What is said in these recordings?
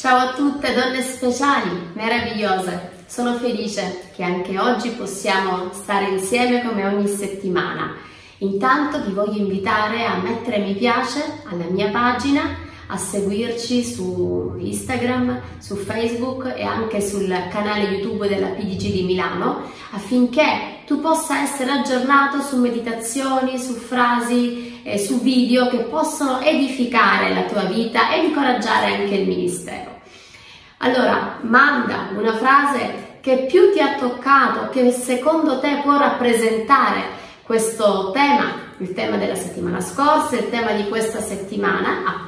Ciao a tutte donne speciali, meravigliose! Sono felice che anche oggi possiamo stare insieme come ogni settimana. Intanto vi voglio invitare a mettere mi piace alla mia pagina, a seguirci su Instagram, su Facebook e anche sul canale YouTube della PDG di Milano, affinché tu possa essere aggiornato su meditazioni, su frasi e su video che possono edificare la tua vita e incoraggiare anche il ministero. Allora, manda una frase che più ti ha toccato, che secondo te può rappresentare questo tema, il tema della settimana scorsa, il tema di questa settimana, a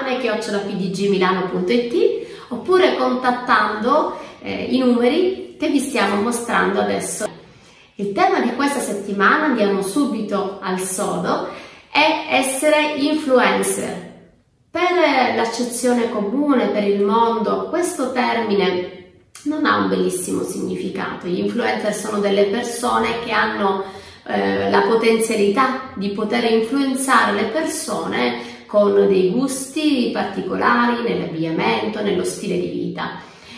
parliamone@pdgmilano.it, oppure contattando i numeri che vi stiamo mostrando adesso. Il tema di questa settimana, andiamo subito al sodo, è essere influencer. Per l'accezione comune, per il mondo, questo termine non ha un bellissimo significato. Gli influencer sono delle persone che hanno la potenzialità di poter influenzare le persone con dei gusti particolari nell'abbigliamento, nello stile di vita.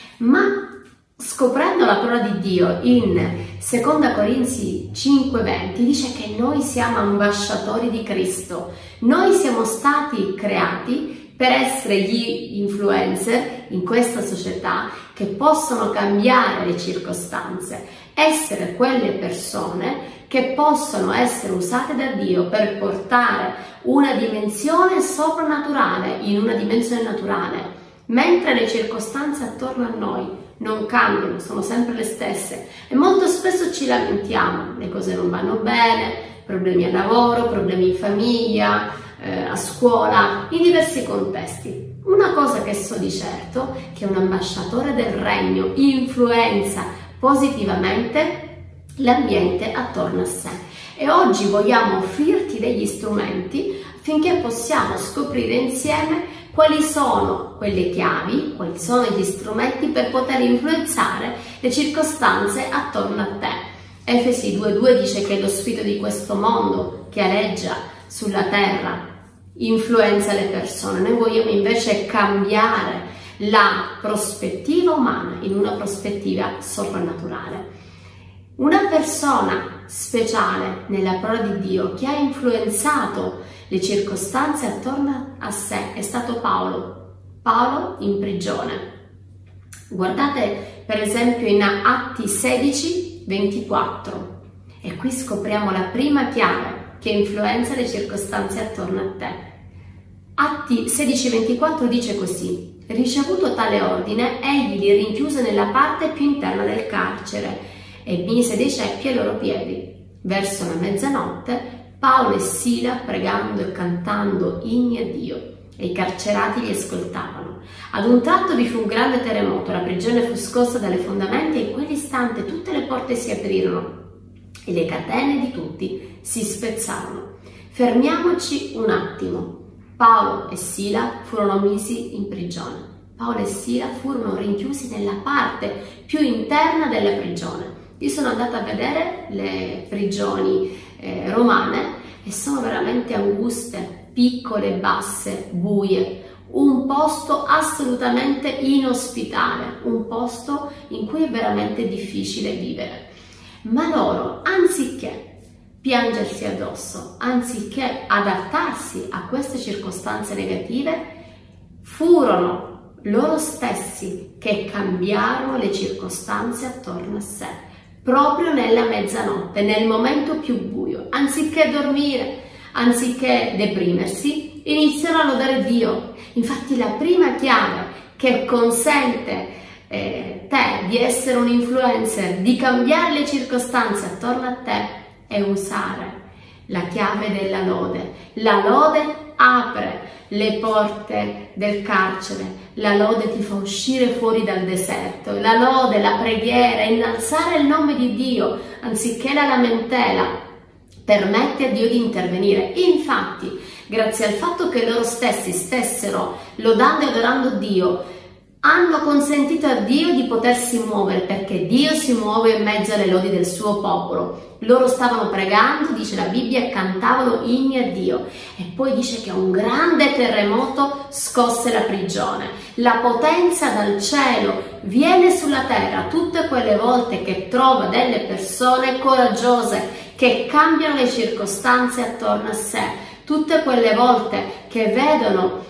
Ma scoprendo la parola di Dio in 2 Corinzi 5:20 dice che noi siamo ambasciatori di Cristo. Noi siamo stati creati per essere gli influencer in questa società che possono cambiare le circostanze, essere quelle persone che possono essere usate da Dio per portare una dimensione soprannaturale in una dimensione naturale, mentre le circostanze attorno a noi non cambiano, sono sempre le stesse e molto spesso ci lamentiamo, le cose non vanno bene, problemi al lavoro, problemi in famiglia, a scuola, in diversi contesti. Una cosa che so di certo, che un ambasciatore del regno influenza positivamente l'ambiente attorno a sé, e oggi vogliamo offrirti degli strumenti affinché possiamo scoprire insieme quali sono quelle chiavi, quali sono gli strumenti per poter influenzare le circostanze attorno a te. Efesi 2:2 dice che lo spirito di questo mondo che aleggia sulla terra influenza le persone. Noi vogliamo invece cambiare la prospettiva umana in una prospettiva soprannaturale. Una persona speciale nella parola di Dio che ha influenzato le circostanze attorno a sé è stato Paolo. Paolo in prigione. Guardate per esempio in Atti 16:24 e qui scopriamo la prima chiave che influenza le circostanze attorno a te. Atti 16:24 dice così: ricevuto tale ordine, egli li rinchiuse nella parte più interna del carcere e mise dei ceppi ai loro piedi. Verso la mezzanotte Paolo e Sila, pregando e cantando inni a Dio, e i carcerati li ascoltavano. Ad un tratto vi fu un grande terremoto, la prigione fu scossa dalle fondamenta e in quell'istante tutte le porte si aprirono e le catene di tutti si spezzarono. Fermiamoci un attimo. Paolo e Sila furono messi in prigione. Paolo e Sila furono rinchiusi nella parte più interna della prigione. Io sono andata a vedere le prigioni romane e sono veramente anguste, piccole, basse, buie, un posto assolutamente inospitale, un posto in cui è veramente difficile vivere. Ma loro, anziché piangersi addosso, anziché adattarsi a queste circostanze negative, furono loro stessi che cambiarono le circostanze attorno a sé. Proprio nella mezzanotte, nel momento più buio, anziché dormire, anziché deprimersi, iniziano a lodare Dio. Infatti la prima chiave che consente te di essere un influencer, di cambiare le circostanze attorno a te, è usare la chiave della lode. La lode apre le porte del carcere, la lode ti fa uscire fuori dal deserto, la lode, la preghiera, innalzare il nome di Dio anziché la lamentela permette a Dio di intervenire. Infatti, grazie al fatto che loro stessi stessero lodando e adorando Dio, hanno consentito a Dio di potersi muovere, perché Dio si muove in mezzo alle lodi del suo popolo. Loro stavano pregando, dice la Bibbia, e cantavano inni a Dio. E poi dice che un grande terremoto scosse la prigione. La potenza dal cielo viene sulla terra tutte quelle volte che trova delle persone coraggiose che cambiano le circostanze attorno a sé, tutte quelle volte che vedono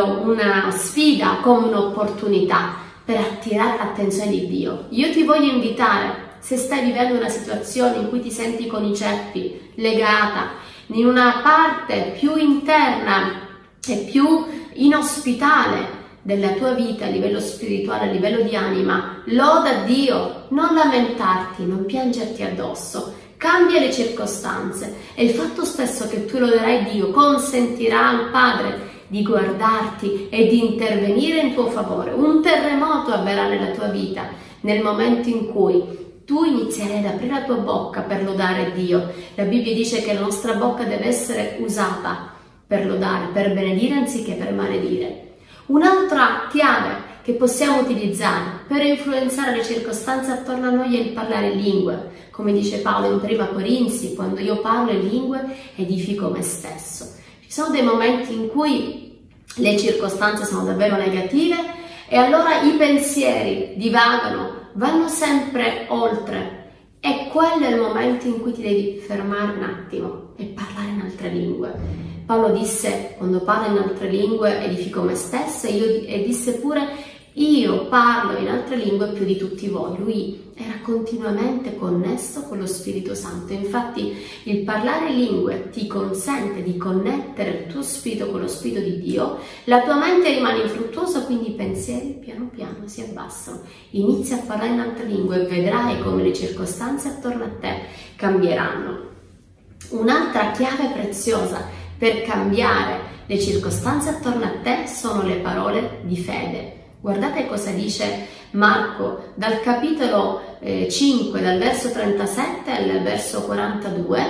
una sfida come un'opportunità per attirare l'attenzione di Dio. Io ti voglio invitare, se stai vivendo una situazione in cui ti senti con i ceppi, legata, in una parte più interna e più inospitale della tua vita a livello spirituale, a livello di anima, loda Dio, non lamentarti, non piangerti addosso, cambia le circostanze, e il fatto stesso che tu loderai Dio consentirà al Padre di guardarti e di intervenire in tuo favore. Un terremoto avverrà nella tua vita nel momento in cui tu inizierai ad aprire la tua bocca per lodare Dio. La Bibbia dice che la nostra bocca deve essere usata per lodare, per benedire anziché per maledire. Un'altra chiave che possiamo utilizzare per influenzare le circostanze attorno a noi è il parlare in lingue. Come dice Paolo in Prima Corinzi, quando io parlo in lingue edifico me stesso. Ci sono dei momenti in cui le circostanze sono davvero negative e allora i pensieri divagano, vanno sempre oltre, e quello è il momento in cui ti devi fermare un attimo e parlare in altre lingue. Paolo disse, quando parlo in altre lingue edifico me stesso, e disse pure, io parlo in altre lingue più di tutti voi. Lui era continuamente connesso con lo Spirito Santo. Infatti il parlare in lingue ti consente di connettere il tuo spirito con lo Spirito di Dio, la tua mente rimane infruttuosa, quindi i pensieri piano piano si abbassano. Inizia a parlare in altre lingue e vedrai come le circostanze attorno a te cambieranno. Un'altra chiave preziosa per cambiare le circostanze attorno a te sono le parole di fede. Guardate cosa dice Marco dal capitolo 5, dal verso 37 al verso 42.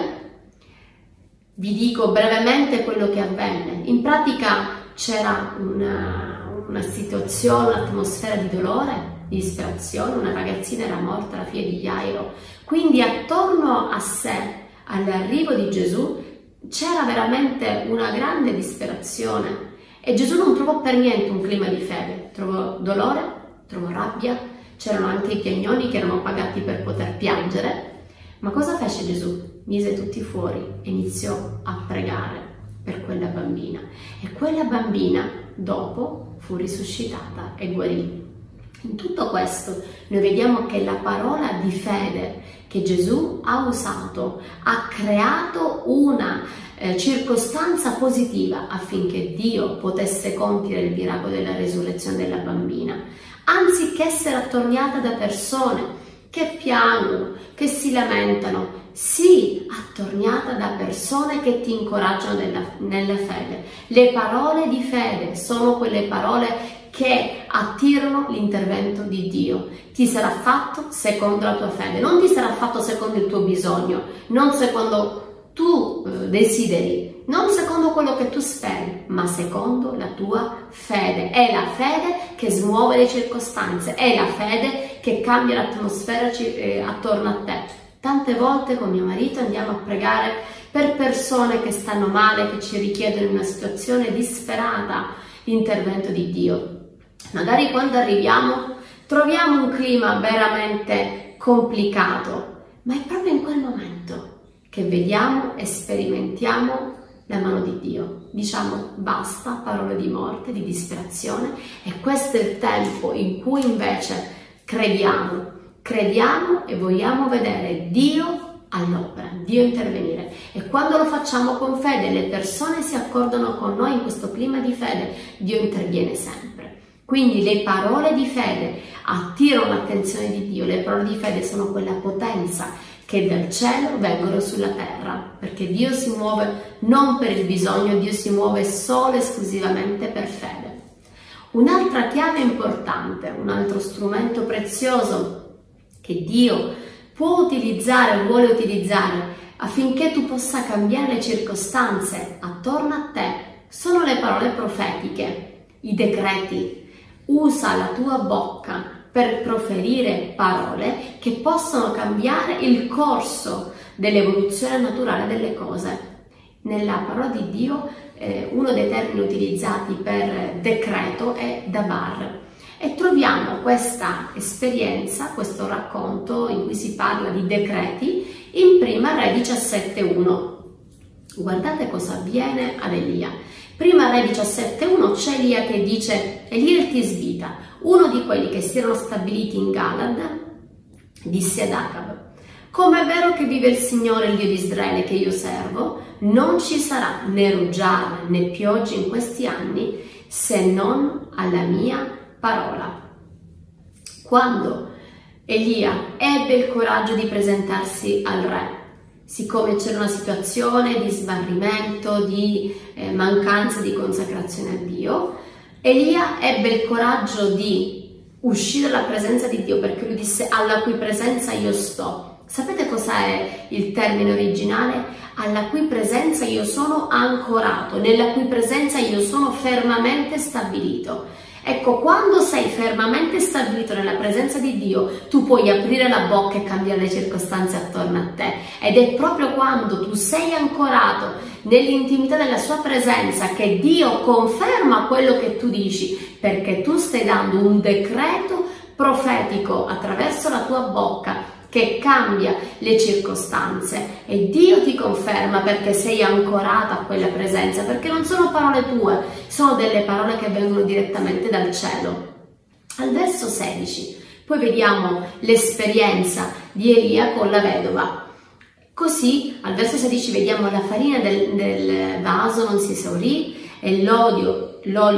Vi dico brevemente quello che avvenne. In pratica c'era una situazione, un'atmosfera di dolore, di disperazione. Una ragazzina era morta, la figlia di Jairo. Quindi attorno a sé, all'arrivo di Gesù, c'era veramente una grande disperazione. E Gesù non trovò per niente un clima di fede, trovò dolore, trovò rabbia, c'erano anche i piagnoni che erano pagati per poter piangere. Ma cosa fece Gesù? Mise tutti fuori e iniziò a pregare per quella bambina. E quella bambina dopo fu risuscitata e guarì. In tutto questo noi vediamo che la parola di fede che Gesù ha usato ha creato una circostanza positiva affinché Dio potesse compiere il miracolo della resurrezione della bambina, anziché essere attorniata da persone che piangono, che si lamentano. Sii attorniata da persone che ti incoraggiano nella fede. Le parole di fede sono quelle parole che attirano l'intervento di Dio. Ti sarà fatto secondo la tua fede, non ti sarà fatto secondo il tuo bisogno, non secondo tu desideri, non secondo quello che tu speri, ma secondo la tua fede. È la fede che smuove le circostanze, è la fede che cambia l'atmosfera attorno a te. Tante volte con mio marito andiamo a pregare per persone che stanno male, che ci richiedono in una situazione disperata l'intervento di Dio. Magari quando arriviamo troviamo un clima veramente complicato, ma è proprio in quel momento che vediamo e sperimentiamo la mano di Dio. Diciamo basta parole di morte, di disperazione, e questo è il tempo in cui invece crediamo e vogliamo vedere Dio all'opera, Dio intervenire. E quando lo facciamo con fede, le persone si accordano con noi in questo clima di fede, Dio interviene sempre. Quindi le parole di fede attirano l'attenzione di Dio. Le parole di fede sono quella potenza che dal cielo vengono sulla terra, perché Dio si muove non per il bisogno, Dio si muove solo e esclusivamente per fede. Un'altra chiave importante, un altro strumento prezioso che Dio può utilizzare, vuole utilizzare affinché tu possa cambiare le circostanze attorno a te, sono le parole profetiche, i decreti. Usa la tua bocca per proferire parole che possono cambiare il corso dell'evoluzione naturale delle cose. Nella parola di Dio uno dei termini utilizzati per decreto è dabar, e troviamo questa esperienza, questo racconto in cui si parla di decreti in Prima Re 17.1. Guardate cosa avviene ad Elia. Prima Re 17.1 c'è Elia che dice: Elia il Tisbita, uno di quelli che si erano stabiliti in Galad, disse ad Acab: come è vero che vive il Signore, il Dio di Israele, che io servo, non ci sarà né rugiada né pioggia in questi anni, se non alla mia parola. Quando Elia ebbe il coraggio di presentarsi al re, siccome c'era una situazione di smarrimento, di mancanza di consacrazione a Dio, Elia ebbe il coraggio di uscire dalla presenza di Dio, perché lui disse: alla cui presenza io sto. Sapete cos'è il termine originale? Alla cui presenza io sono ancorato, nella cui presenza io sono fermamente stabilito. Ecco, quando sei fermamente stabilito nella presenza di Dio, tu puoi aprire la bocca e cambiare le circostanze attorno a te. Ed è proprio quando tu sei ancorato nell'intimità della sua presenza che Dio conferma quello che tu dici, perché tu stai dando un decreto profetico attraverso la tua bocca che cambia le circostanze, e Dio ti conferma perché sei ancorata a quella presenza, perché non sono parole tue, sono delle parole che vengono direttamente dal cielo. Al verso 16 poi vediamo l'esperienza di Elia con la vedova. Così al verso 16 vediamo: la farina del vaso non si esaurì e l'olio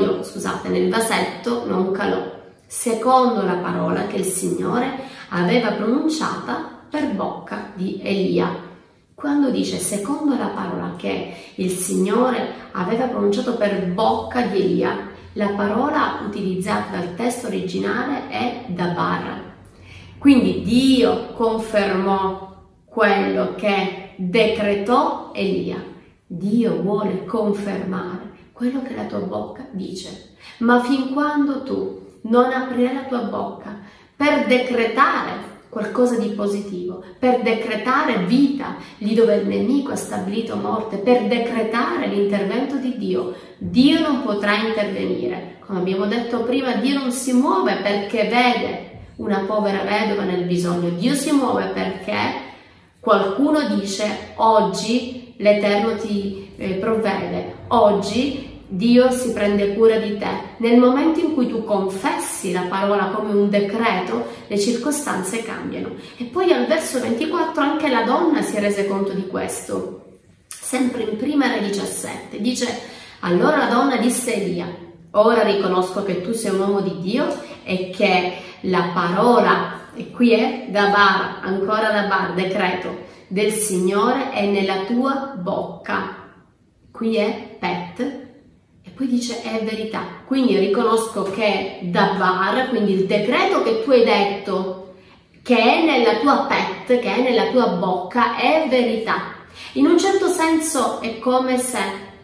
nel vasetto non calò, secondo la parola che il Signore aveva pronunciata per bocca di Elia. Quando dice secondo la parola che il Signore aveva pronunciato per bocca di Elia, la parola utilizzata dal testo originale è dabar. Quindi Dio confermò quello che decretò Elia. Dio vuole confermare quello che la tua bocca dice, ma fin quando tu non aprirai la tua bocca per decretare qualcosa di positivo, per decretare vita lì dove il nemico ha stabilito morte, per decretare l'intervento di Dio, Dio non potrà intervenire. Come abbiamo detto prima, Dio non si muove perché vede una povera vedova nel bisogno, Dio si muove perché qualcuno dice: oggi l'Eterno ti provvede, oggi Dio si prende cura di te. Nel momento in cui tu confessi la parola come un decreto, le circostanze cambiano. E poi al verso 24 anche la donna si è resa conto di questo. Sempre in Prima Re 17 dice: allora la donna disse a Elia: ora riconosco che tu sei un uomo di Dio e che la parola, e qui è dabar, ancora dabar, decreto del Signore, è nella tua bocca. Qui è pet. Poi dice è verità, quindi riconosco che davar, quindi il decreto che tu hai detto, che è nella tua pet, che è nella tua bocca, è verità. In un certo senso è come se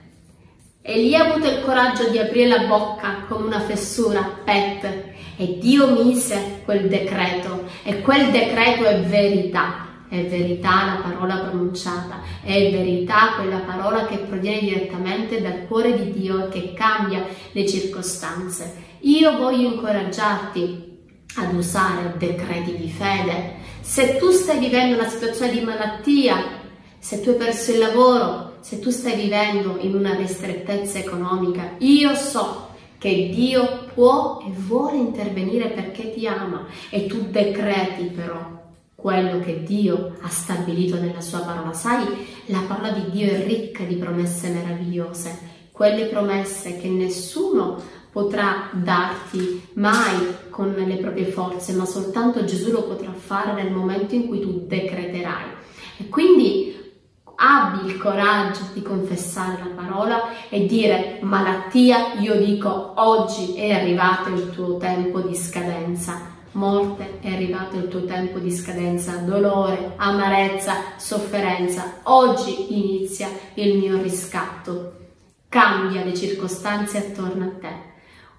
Elia ha avuto il coraggio di aprire la bocca come una fessura, pet, e Dio mise quel decreto, e quel decreto è verità. È verità la parola pronunciata, è verità quella parola che proviene direttamente dal cuore di Dio e che cambia le circostanze. Io voglio incoraggiarti ad usare decreti di fede. Se tu stai vivendo una situazione di malattia, se tu hai perso il lavoro, se tu stai vivendo in una ristrettezza economica, io so che Dio può e vuole intervenire perché ti ama, e tu decreti però quello che Dio ha stabilito nella sua parola. Sai, la parola di Dio è ricca di promesse meravigliose, quelle promesse che nessuno potrà darti mai con le proprie forze, ma soltanto Gesù lo potrà fare nel momento in cui tu decreterai. E quindi abbi il coraggio di confessare la parola e dire: malattia, io dico oggi è arrivato il tuo tempo di scadenza. Morte, è arrivato il tuo tempo di scadenza. Dolore, amarezza, sofferenza, oggi inizia il mio riscatto. Cambia le circostanze attorno a te.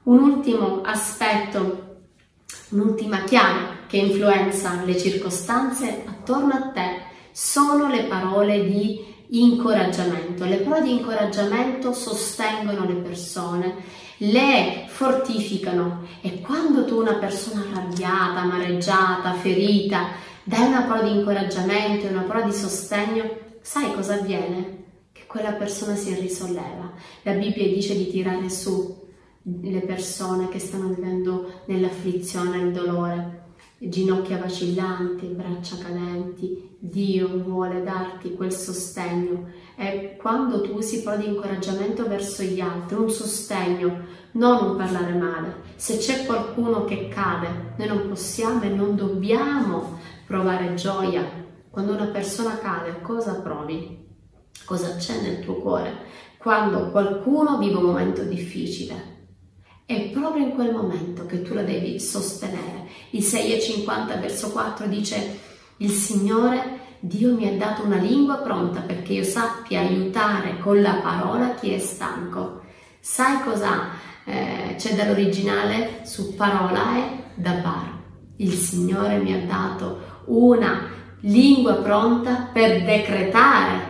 Un ultimo aspetto, un'ultima chiave che influenza le circostanze attorno a te sono le parole di incoraggiamento. Le parole di incoraggiamento sostengono le persone, le fortificano, e quando tu, una persona arrabbiata, amareggiata, ferita, dai una parola di incoraggiamento e una parola di sostegno, sai cosa avviene? Che quella persona si risolleva. La Bibbia dice di tirare su le persone che stanno vivendo nell'afflizione, nel dolore, ginocchia vacillanti, braccia cadenti. Dio vuole darti quel sostegno, e quando tu usi parole di incoraggiamento verso gli altri, un sostegno, non un parlare male. Se c'è qualcuno che cade, noi non possiamo e non dobbiamo provare gioia. Quando una persona cade, cosa provi? Cosa c'è nel tuo cuore? Quando qualcuno vive un momento difficile, è proprio in quel momento che tu la devi sostenere. Isaia 50 verso 4 dice: il Signore Dio mi ha dato una lingua pronta perché io sappia aiutare con la parola chi è stanco. Sai cosa c'è dall'originale su parola? È dabar. Il Signore mi ha dato una lingua pronta per decretare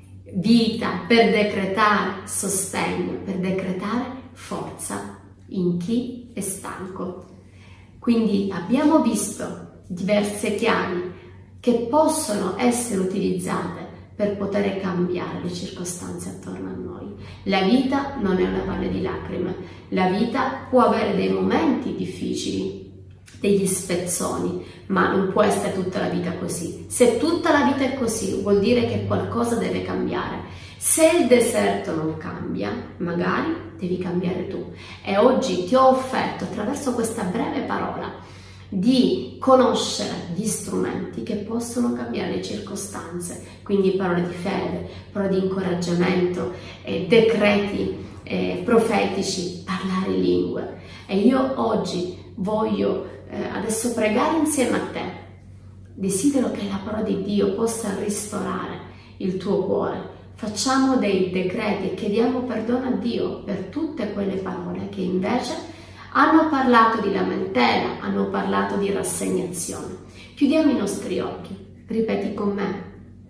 vita, per decretare sostegno, per decretare forza in chi è stanco. Quindi abbiamo visto diverse chiavi che possono essere utilizzate per poter cambiare le circostanze attorno a noi. La vita non è una valle di lacrime, la vita può avere dei momenti difficili, degli spezzoni, ma non può essere tutta la vita così. Se tutta la vita è così, vuol dire che qualcosa deve cambiare. Se il deserto non cambia, magari devi cambiare tu. E oggi ti ho offerto, attraverso questa breve parola, di conoscere gli strumenti che possono cambiare le circostanze, quindi parole di fede, parole di incoraggiamento, decreti profetici, parlare lingue. E io oggi voglio adesso pregare insieme a te. Desidero che la parola di Dio possa ristorare il tuo cuore. Facciamo dei decreti e chiediamo perdono a Dio per tutte quelle parole che invece hanno parlato di lamentela, hanno parlato di rassegnazione. Chiudiamo i nostri occhi, ripeti con me: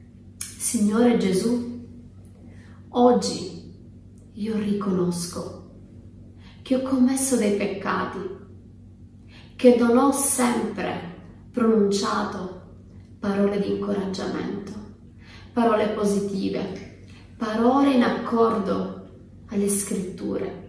Signore Gesù, oggi io riconosco che ho commesso dei peccati, che non ho sempre pronunciato parole di incoraggiamento, parole positive, parole in accordo alle scritture.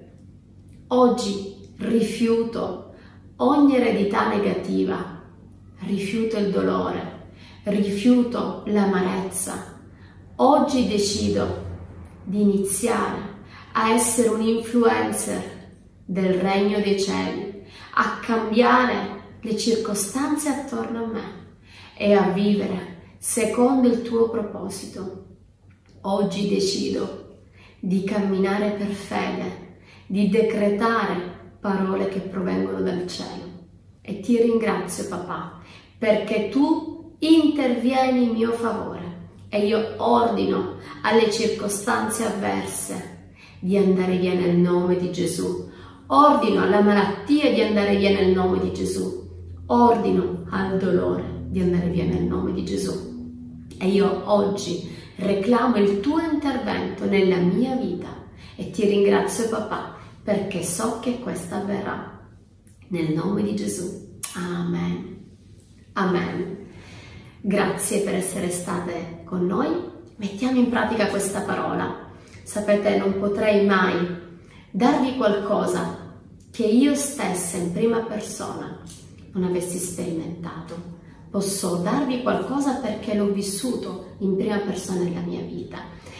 Oggi rifiuto ogni eredità negativa, rifiuto il dolore, rifiuto l'amarezza. Oggi decido di iniziare a essere un influencer del regno dei cieli, a cambiare le circostanze attorno a me e a vivere secondo il tuo proposito. Oggi decido di camminare per fede, di decretare parole che provengono dal cielo. E ti ringrazio, papà, perché tu intervieni in mio favore e io ordino alle circostanze avverse di andare via nel nome di Gesù. Ordino alla malattia di andare via nel nome di Gesù. Ordino al dolore di andare via nel nome di Gesù. E io oggi reclamo il tuo intervento nella mia vita e ti ringrazio, papà, perché so che questo avverrà. Nel nome di Gesù. Amen. Amen. Grazie per essere state con noi. Mettiamo in pratica questa parola. Sapete, non potrei mai darvi qualcosa che io stessa in prima persona non avessi sperimentato. Posso darvi qualcosa perché l'ho vissuto in prima persona nella mia vita.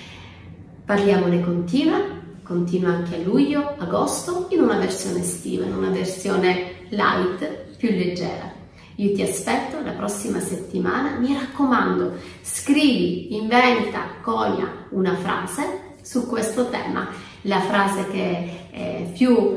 Parliamone continua anche a luglio, agosto, in una versione estiva, in una versione light, più leggera. Io ti aspetto la prossima settimana. Mi raccomando, scrivi, inventa, conia una frase su questo tema. La frase che più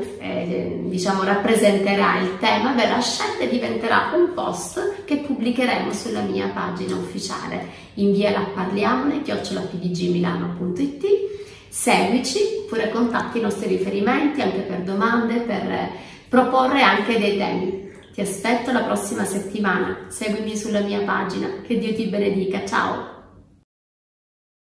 rappresenterà il tema verrà scelta e diventerà un post che pubblicheremo sulla mia pagina ufficiale. Inviala a parliamone @pdgmilano.it. seguici, oppure contatti i nostri riferimenti anche per domande, per proporre anche dei temi. Ti aspetto la prossima settimana, seguimi sulla mia pagina, che Dio ti benedica, ciao!